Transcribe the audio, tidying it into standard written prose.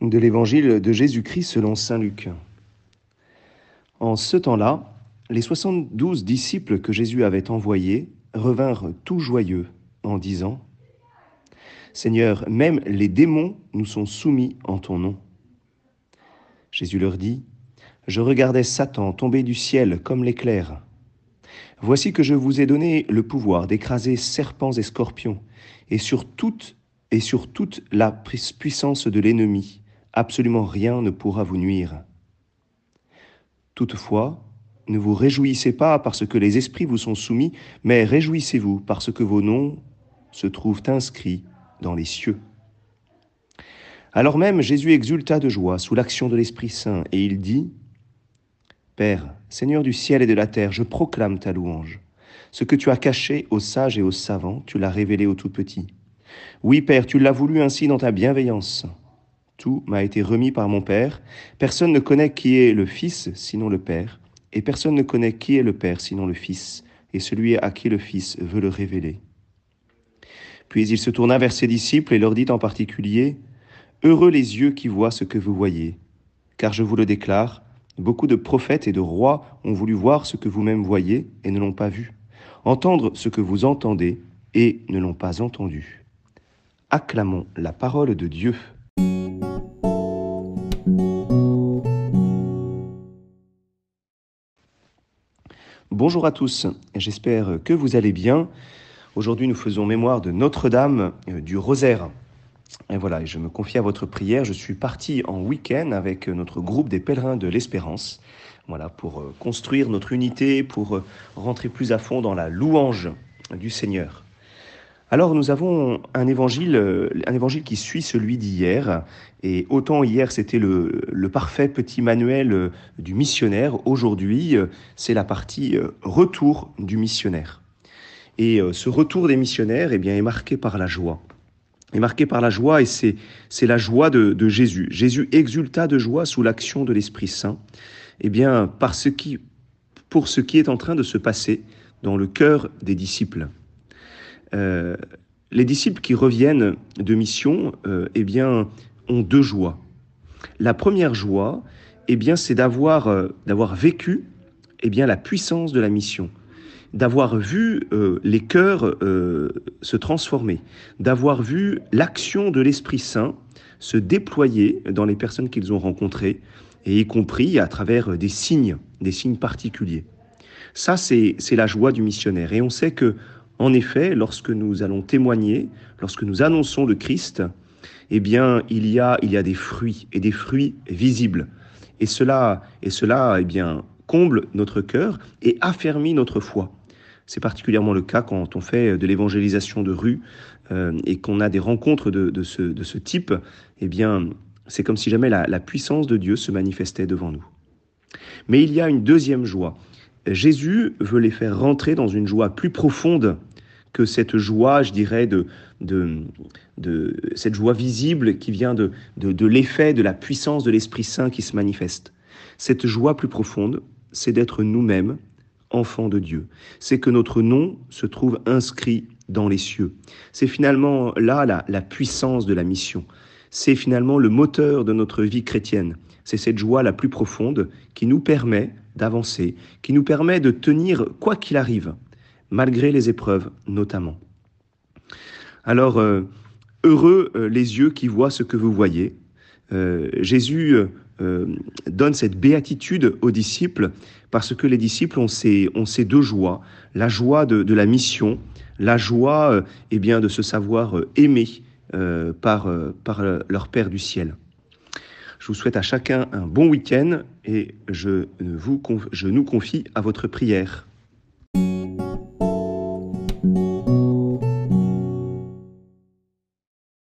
De l'évangile de Jésus-Christ selon saint Luc. En ce temps-là, les 72 disciples que Jésus avait envoyés revinrent tout joyeux en disant : « Seigneur, même les démons nous sont soumis en ton nom. » Jésus leur dit : « Je regardais Satan tomber du ciel comme l'éclair. Voici que je vous ai donné le pouvoir d'écraser serpents et scorpions, et sur toute la puissance de l'ennemi. Absolument rien ne pourra vous nuire. Toutefois, ne vous réjouissez pas parce que les esprits vous sont soumis, mais réjouissez-vous parce que vos noms se trouvent inscrits dans les cieux. » Alors même, Jésus exulta de joie sous l'action de l'Esprit Saint, et il dit : « Père, Seigneur du ciel et de la terre, je proclame ta louange. Ce que tu as caché aux sages et aux savants, tu l'as révélé aux tout petits. Oui, Père, tu l'as voulu ainsi dans ta bienveillance. Tout m'a été remis par mon Père. Personne ne connaît qui est le Fils, sinon le Père, et personne ne connaît qui est le Père, sinon le Fils, et celui à qui le Fils veut le révéler. » Puis il se tourna vers ses disciples et leur dit en particulier : « Heureux les yeux qui voient ce que vous voyez, car je vous le déclare, beaucoup de prophètes et de rois ont voulu voir ce que vous-même voyez et ne l'ont pas vu, entendre ce que vous entendez et ne l'ont pas entendu. » Acclamons la parole de Dieu. Bonjour à tous, j'espère que vous allez bien. Aujourd'hui, nous faisons mémoire de Notre-Dame du Rosaire. Et voilà, je me confie à votre prière. Je suis parti en week-end avec notre groupe des pèlerins de l'Espérance, voilà, pour construire notre unité, pour rentrer plus à fond dans la louange du Seigneur. Alors nous avons un évangile qui suit celui d'hier, et autant hier c'était le parfait petit manuel du missionnaire, aujourd'hui c'est la partie retour du missionnaire. Et ce retour des missionnaires est marqué par la joie. Et c'est la joie de Jésus. Jésus exulta de joie sous l'action de l'Esprit Saint, pour ce qui est en train de se passer dans le cœur des disciples. Les disciples qui reviennent de mission ont deux joies. La première joie, c'est d'avoir vécu la puissance de la mission, d'avoir vu les cœurs se transformer, d'avoir vu l'action de l'Esprit Saint se déployer dans les personnes qu'ils ont rencontrées, et y compris à travers des signes particuliers. Ça, c'est la joie du missionnaire. Et on sait que, en effet, lorsque nous allons témoigner, lorsque nous annonçons le Christ, il y a des fruits, et des fruits visibles. Et cela comble notre cœur et affermit notre foi. C'est particulièrement le cas quand on fait de l'évangélisation de rue et qu'on a des rencontres de ce type. C'est comme si jamais la puissance de Dieu se manifestait devant nous. Mais il y a une deuxième joie. Jésus veut les faire rentrer dans une joie plus profonde que cette joie, je dirais, de cette joie visible qui vient de l'effet de la puissance de l'Esprit Saint qui se manifeste. Cette joie plus profonde, c'est d'être nous-mêmes enfants de Dieu. C'est que notre nom se trouve inscrit dans les cieux. C'est finalement là la puissance de la mission. C'est finalement le moteur de notre vie chrétienne. C'est cette joie la plus profonde qui nous permet d'avancer, qui nous permet de tenir quoi qu'il arrive, malgré les épreuves notamment. Alors, heureux les yeux qui voient ce que vous voyez. Jésus donne cette béatitude aux disciples parce que les disciples ont ces deux joies, la joie de la mission, la joie de se savoir aimé par leur Père du ciel. Je vous souhaite à chacun un bon week-end et je nous confie à votre prière.